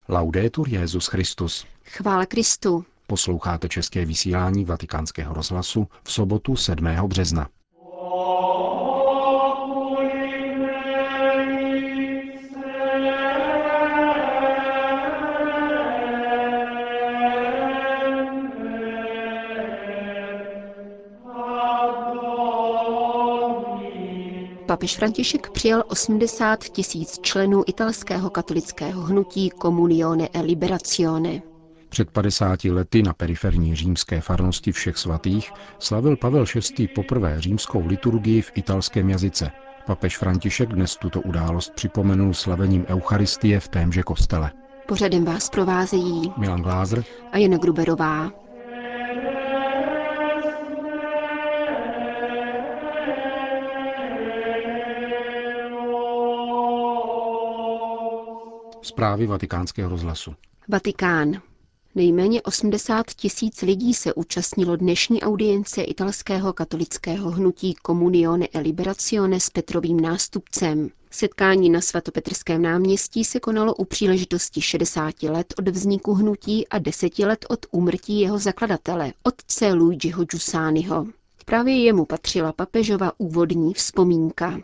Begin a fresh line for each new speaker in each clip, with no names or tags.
Laudetur Jesus Christus.
Chvála Kristu.
Posloucháte české vysílání Vatikánského rozhlasu v sobotu 7. března.
Papež František přijal 80 000 členů italského katolického hnutí Comunione e Liberazione.
Před 50 lety na periferní římské farnosti Všech svatých slavil Pavel VI. Poprvé římskou liturgii v italském jazyce. Papež František dnes tuto událost připomenul slavením Eucharistie v témže kostele.
Pořadem vás provázejí
Milan Glázer
a Jana Gruberová.
Zprávy Vatikánského rozhlasu.
Vatikán. Nejméně 80 000 lidí se účastnilo dnešní audience italského katolického hnutí Comunione e Liberazione s Petrovým nástupcem. Setkání na svatopetrském náměstí se konalo u příležitosti 60 let od vzniku hnutí a 10 let od úmrtí jeho zakladatele, otce Luigiho Giussaniho. Právě jemu patřila papežova úvodní vzpomínka.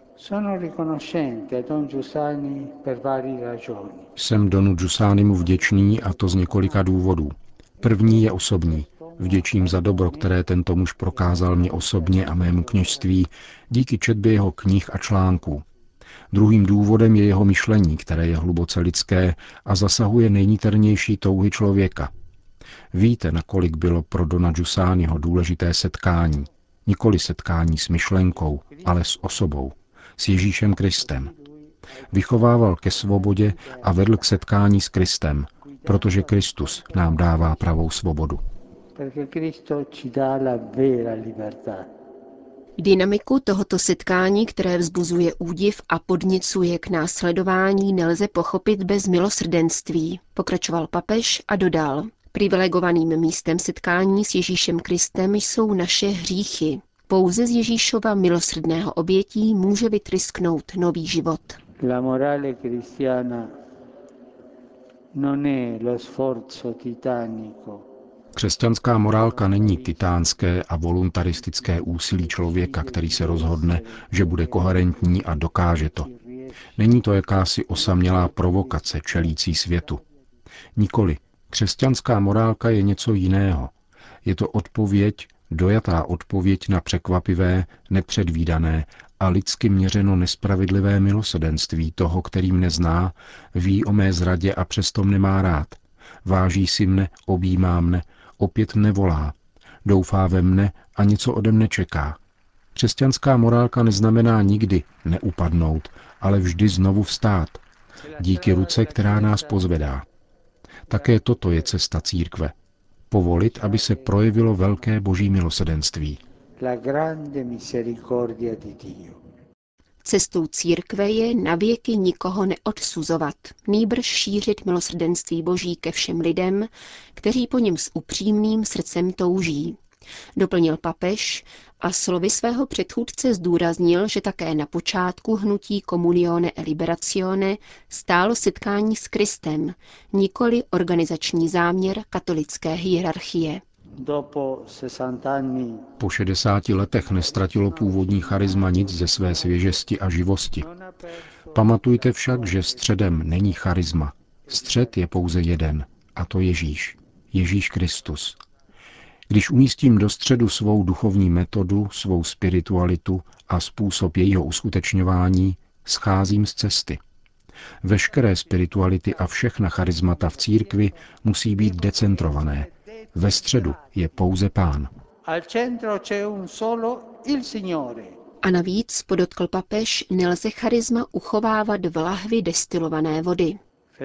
Jsem Donu Giussanimu vděčný, a to z několika důvodů. První je osobní. Vděčím za dobro, které tento muž prokázal mě osobně a mému kněžství díky četbě jeho knih a článků. Druhým důvodem je jeho myšlení, které je hluboce lidské a zasahuje nejniternější touhy člověka. Víte, nakolik bylo pro Dona Giussaniho důležité setkání. Nikoli setkání s myšlenkou, ale s osobou, s Ježíšem Kristem. Vychovával ke svobodě a vedl k setkání s Kristem, protože Kristus nám dává pravou svobodu.
Dynamiku tohoto setkání, které vzbuzuje údiv a podněcuje k následování, nelze pochopit bez milosrdenství, pokračoval papež a dodal. Privilegovaným místem setkání s Ježíšem Kristem jsou naše hříchy. Pouze z Ježíšova milosrdného obětí může vytrysknout nový život.
La morale cristiana non è lo sforzo titanico.
Křesťanská morálka není titánské a voluntaristické úsilí člověka, který se rozhodne, že bude koherentní a dokáže to. Není to jakási osamělá provokace čelící světu. Nikoli. Křesťanská morálka je něco jiného. Je to odpověď, dojatá odpověď na překvapivé, nepředvídané a lidsky měřeno nespravedlivé milosrdenství toho, který mne zná, ví o mé zradě a přesto mne má rád. Váží si mne, objímá mne, opět mne volá. Doufá ve mne a něco ode mne čeká. Křesťanská morálka neznamená nikdy neupadnout, ale vždy znovu vstát. Díky ruce, která nás pozvedá. Také toto je cesta církve. Povolit, aby se projevilo velké boží milosrdenství.
Cestou církve je navěky nikoho neodsuzovat, nýbrž šířit milosrdenství boží ke všem lidem, kteří po něm s upřímným srdcem touží. Doplnil papež a slovy svého předchůdce zdůraznil, že také na počátku hnutí Comunione e Liberazione stálo setkání s Kristem, nikoli organizační záměr katolické hierarchie.
Po 60 letech nestratilo původní charisma nic ze své svěžesti a živosti. Pamatujte však, že středem není charisma. Střed je pouze jeden, a to Ježíš. Ježíš Kristus. Když umístím do středu svou duchovní metodu, svou spiritualitu a způsob jejího uskutečňování, scházím z cesty. Veškeré spirituality a všechna charismata v církvi musí být decentrované. Ve středu je pouze Pán.
A navíc, podotkl papež, nelze charisma uchovávat v lahvi destilované vody.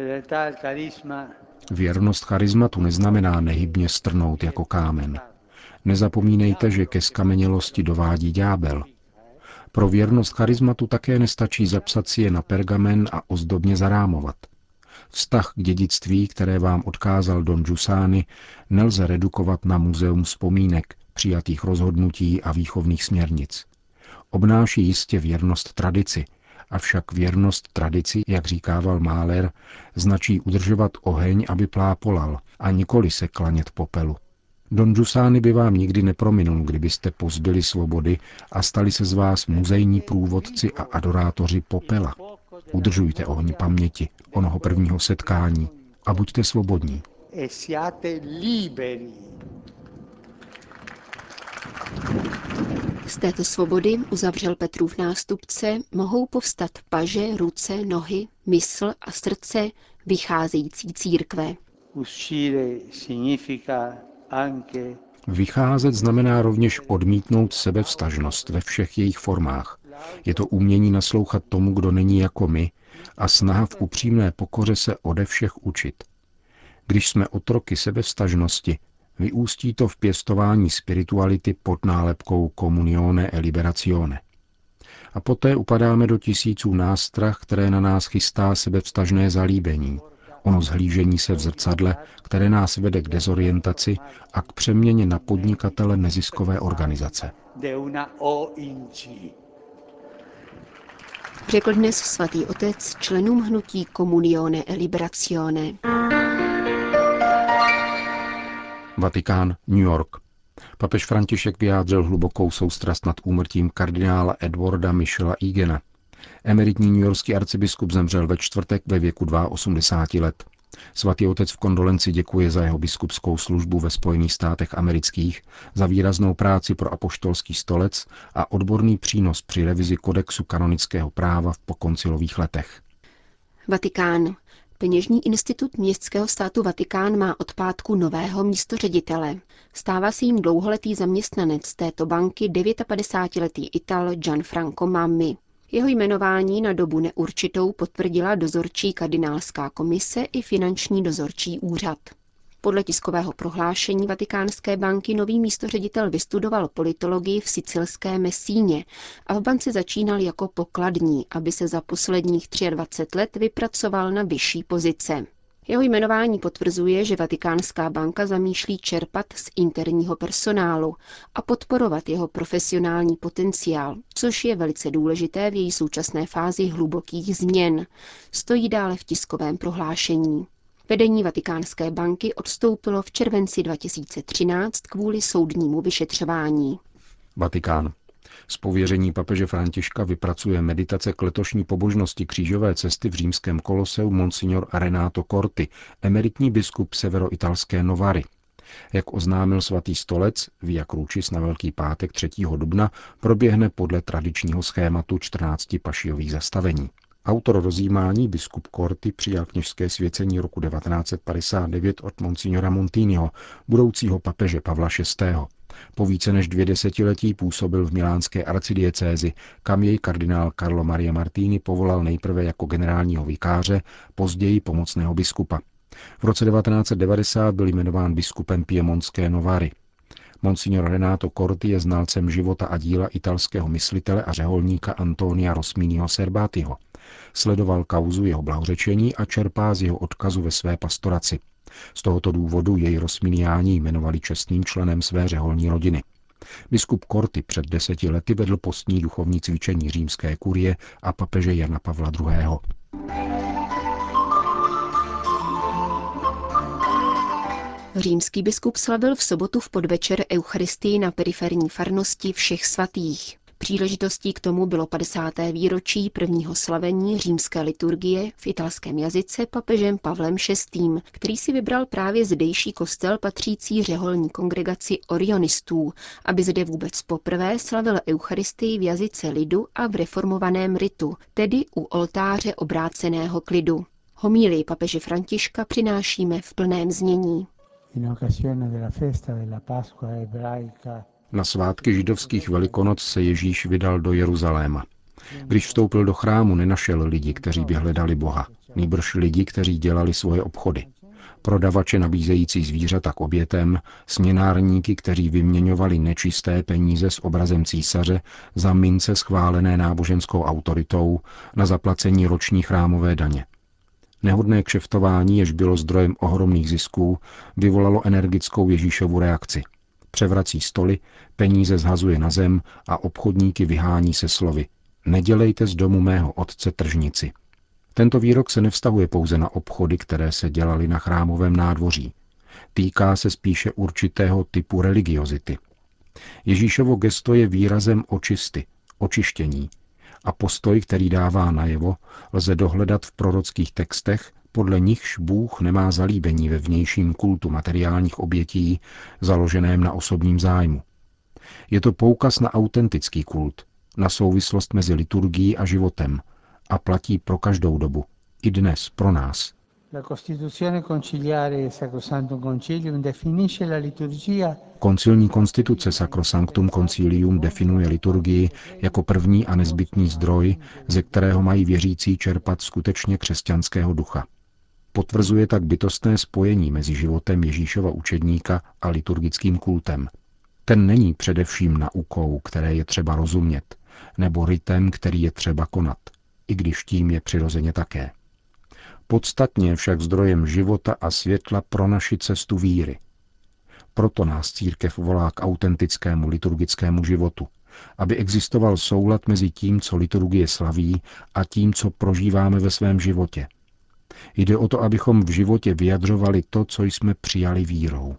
Věrnost charizmatu neznamená nehybně strnout jako kámen. Nezapomínejte, že ke skamenělosti dovádí ďábel. Pro věrnost charizmatu také nestačí zapsat si je na pergamen a ozdobně zarámovat. Vztah k dědictví, které vám odkázal Don Giussani, nelze redukovat na muzeum vzpomínek, přijatých rozhodnutí a výchovných směrnic. Obnáší jistě věrnost tradici, Avšak věrnost tradici, jak říkával Mahler, značí udržovat oheň, aby plápolal, a nikoli se klanět popelu. Don Giussani by vám nikdy neprominul, kdybyste pozbyli svobody a stali se z vás muzejní průvodci a adorátoři popela. Udržujte oheň paměti onoho prvního setkání a buďte svobodní.
Z této svobody, uzavřel Petrův nástupce, mohou povstat paže, ruce, nohy, mysl a srdce vycházející církve.
Vycházet znamená rovněž odmítnout sebevztažnost ve všech jejich formách. Je to umění naslouchat tomu, kdo není jako my, a snaha v upřímné pokoře se ode všech učit. Když jsme otroky sebevztažnosti, vyústí to v pěstování spirituality pod nálepkou Comunione e Liberazione. A poté upadáme do tisíců nástrah, které na nás chystá sebevztažné zalíbení, ono zhlížení se v zrcadle, které nás vede k dezorientaci a k přeměně na podnikatele neziskové organizace.
Řekl dnes svatý otec členům hnutí Comunione e Liberazione.
Vatikán, New York. Papež František vyjádřil hlubokou soustrast nad úmrtím kardinála Edwarda Michela Eagana. Emeritní newyorský arcibiskup zemřel ve čtvrtek ve věku 82 let. Svatý otec v kondolenci děkuje za jeho biskupskou službu ve Spojených státech amerických, za výraznou práci pro apoštolský stolec a odborný přínos při revizi kodexu kanonického práva v pokoncilových letech.
Vatikán. Peněžní institut městského státu Vatikán má od pátku nového místoředitele. Stává se jim dlouholetý zaměstnanec této banky 59letý Ital Gianfranco Mammi. Jeho jmenování na dobu neurčitou potvrdila dozorčí kardinálská komise i finanční dozorčí úřad. Podle tiskového prohlášení Vatikánské banky nový místoředitel vystudoval politologii v sicilské Messíně a v bance začínal jako pokladní, aby se za posledních 23 let vypracoval na vyšší pozice. Jeho jmenování potvrzuje, že Vatikánská banka zamýšlí čerpat z interního personálu a podporovat jeho profesionální potenciál, což je velice důležité v její současné fázi hlubokých změn, stojí dále v tiskovém prohlášení. Vedení Vatikánské banky odstoupilo v červenci 2013 kvůli soudnímu vyšetřování.
Vatikán. Z pověření papeže Františka vypracuje meditace k letošní pobožnosti křížové cesty v římském Koloseu monsignor Renato Corti, emeritní biskup severoitalské Novary. Jak oznámil svatý stolec, Via Crucis na Velký pátek 3. dubna proběhne podle tradičního schématu 14 pašijových zastavení. Autor rozjímání biskup Corti přijal kněžské svěcení roku 1959 od monsignora Montiniho, budoucího papeže Pavla VI. Po více než 2 desetiletí působil v milánské arcidiecézi, kam jej kardinál Carlo Maria Martini povolal nejprve jako generálního vikáře, později pomocného biskupa. V roce 1990 byl jmenován biskupem piemontské Novary. Monsignor Renato Corti je znalcem života a díla italského myslitele a řeholníka Antonia Rosminiho Serbatiho. Sledoval kauzu jeho blahořečení a čerpá z jeho odkazu ve své pastoraci. Z tohoto důvodu jej Rosminiáni jmenovali čestným členem své řeholní rodiny. Biskup Corti před 10 lety vedl postní duchovní cvičení římské kurie a papeže Jana Pavla II.
Římský biskup slavil v sobotu v podvečer eucharistii na periferní farnosti Všech svatých. Příležitostí k tomu bylo 50. výročí prvního slavení římské liturgie v italském jazyce papežem Pavlem VI., který si vybral právě zdejší kostel patřící řeholní kongregaci orionistů, aby zde vůbec poprvé slavil eucharistii v jazyce lidu a v reformovaném ritu, tedy u oltáře obráceného k lidu. Homílii papeže Františka přinášíme v plném znění.
Na svátky židovských Velikonoc se Ježíš vydal do Jeruzaléma. Když vstoupil do chrámu, nenašel lidi, kteří by hledali Boha, nýbrž lidi, kteří dělali svoje obchody. Prodavače nabízející zvířata k obětem, směnárníky, kteří vyměňovali nečisté peníze s obrazem císaře za mince schválené náboženskou autoritou na zaplacení roční chrámové daně. Nehodné kšeftování, jež bylo zdrojem ohromných zisků, vyvolalo energickou Ježíšovu reakci. Převrací stoly, peníze zhazuje na zem a obchodníky vyhání se slovy: nedělejte z domu mého otce tržnici. Tento výrok se nevztahuje pouze na obchody, které se dělaly na chrámovém nádvoří. Týká se spíše určitého typu religiozity. Ježíšovo gesto je výrazem očisty, očištění a postoj, který dává najevo, lze dohledat v prorockých textech, podle nichž Bůh nemá zalíbení ve vnějším kultu materiálních obětí, založeném na osobním zájmu. Je to poukaz na autentický kult, na souvislost mezi liturgií a životem a platí pro každou dobu, i dnes pro nás. Koncilní konstituce Sacrosanctum Concilium definuje liturgii jako první a nezbytný zdroj, ze kterého mají věřící čerpat skutečně křesťanského ducha. Potvrzuje tak bytostné spojení mezi životem Ježíšova učedníka a liturgickým kultem. Ten není především naukou, které je třeba rozumět, nebo ritem, který je třeba konat, i když tím je přirozeně také. Podstatně však zdrojem života a světla pro naši cestu víry. Proto nás církev volá k autentickému liturgickému životu, aby existoval soulad mezi tím, co liturgie slaví, a tím, co prožíváme ve svém životě. Jde o to, abychom v životě vyjadřovali to, co jsme přijali vírou.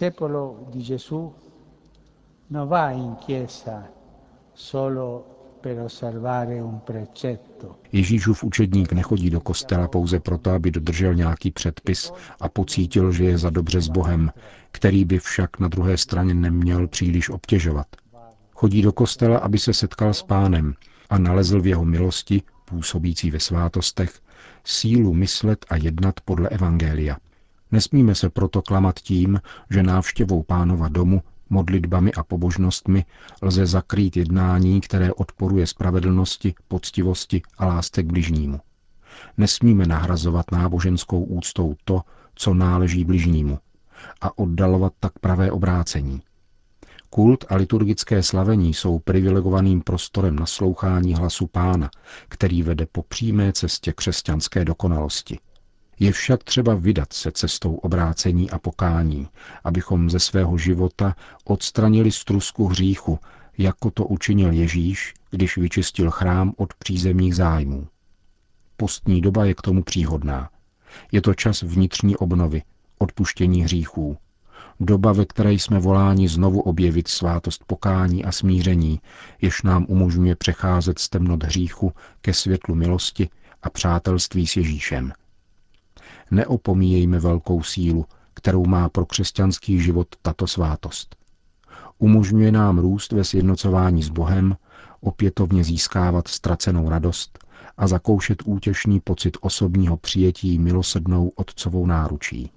Ježíšův učedník nechodí do kostela pouze proto, aby dodržel nějaký předpis a pocítil, že je za dobře s Bohem, který by však na druhé straně neměl příliš obtěžovat. Chodí do kostela, aby se setkal s Pánem a nalezl v jeho milosti, působící ve svátostech, sílu myslet a jednat podle evangelia. Nesmíme se proto klamat tím, že návštěvou Pánova domu, modlitbami a pobožnostmi lze zakrýt jednání, které odporuje spravedlnosti, poctivosti a lásce k bližnímu. Nesmíme nahrazovat náboženskou úctou to, co náleží bližnímu, a oddalovat tak pravé obrácení. Kult a liturgické slavení jsou privilegovaným prostorem naslouchání hlasu Pána, který vede po přímé cestě křesťanské dokonalosti. Je však třeba vydat se cestou obrácení a pokání, abychom ze svého života odstranili strusku hříchu, jako to učinil Ježíš, když vyčistil chrám od přízemních zájmů. Postní doba je k tomu příhodná. Je to čas vnitřní obnovy, odpuštění hříchů. Doba, ve které jsme voláni znovu objevit svátost pokání a smíření, jež nám umožňuje přecházet z temnot hříchu ke světlu milosti a přátelství s Ježíšem. Neopomíjejme velkou sílu, kterou má pro křesťanský život tato svátost. Umožňuje nám růst ve sjednocování s Bohem, opětovně získávat ztracenou radost a zakoušet útěšný pocit osobního přijetí milosrdnou otcovou náručí.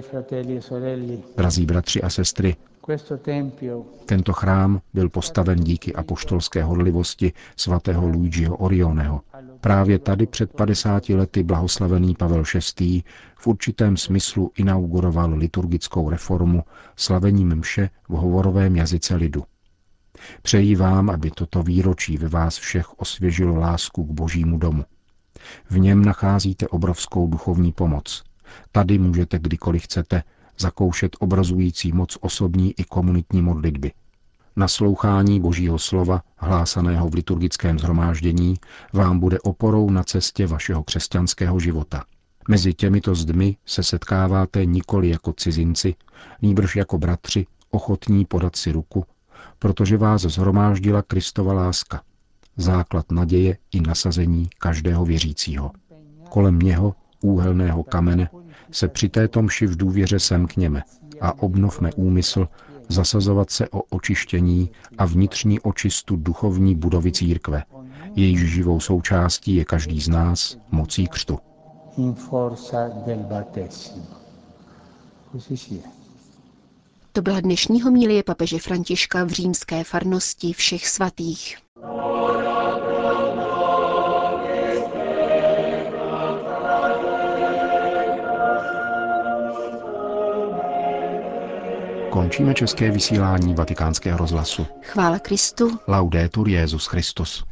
Drazí bratři a sestry, tento chrám byl postaven díky apoštolské horlivosti svatého Luigiho Orioneho. Právě tady před 50 lety blahoslavený Pavel VI. V určitém smyslu inauguroval liturgickou reformu slavením mše v hovorovém jazyce lidu. Přeji vám, aby toto výročí ve vás všech osvěžilo lásku k Božímu domu. V něm nacházíte obrovskou duchovní pomoc. Tady můžete, kdykoliv chcete, zakoušet obrazující moc osobní i komunitní modlitby. Naslouchání Božího slova, hlásaného v liturgickém shromáždění, vám bude oporou na cestě vašeho křesťanského života. Mezi těmito zdmi se setkáváte nikoli jako cizinci, nýbrž jako bratři, ochotní podat si ruku, protože vás shromáždila Kristova láska, základ naděje i nasazení každého věřícího. Kolem něho, úhelného kamene, se při této mši v důvěře semkněme a obnovme úmysl zasazovat se o očištění a vnitřní očistu duchovní budovy církve. Jejíž živou součástí je každý z nás mocí křtu.
To byla dnešní homilie papeže Františka v římské farnosti Všech svatých.
Končíme české vysílání Vatikánského rozhlasu.
Chvála Kristu.
Laudetur Jesus Christus.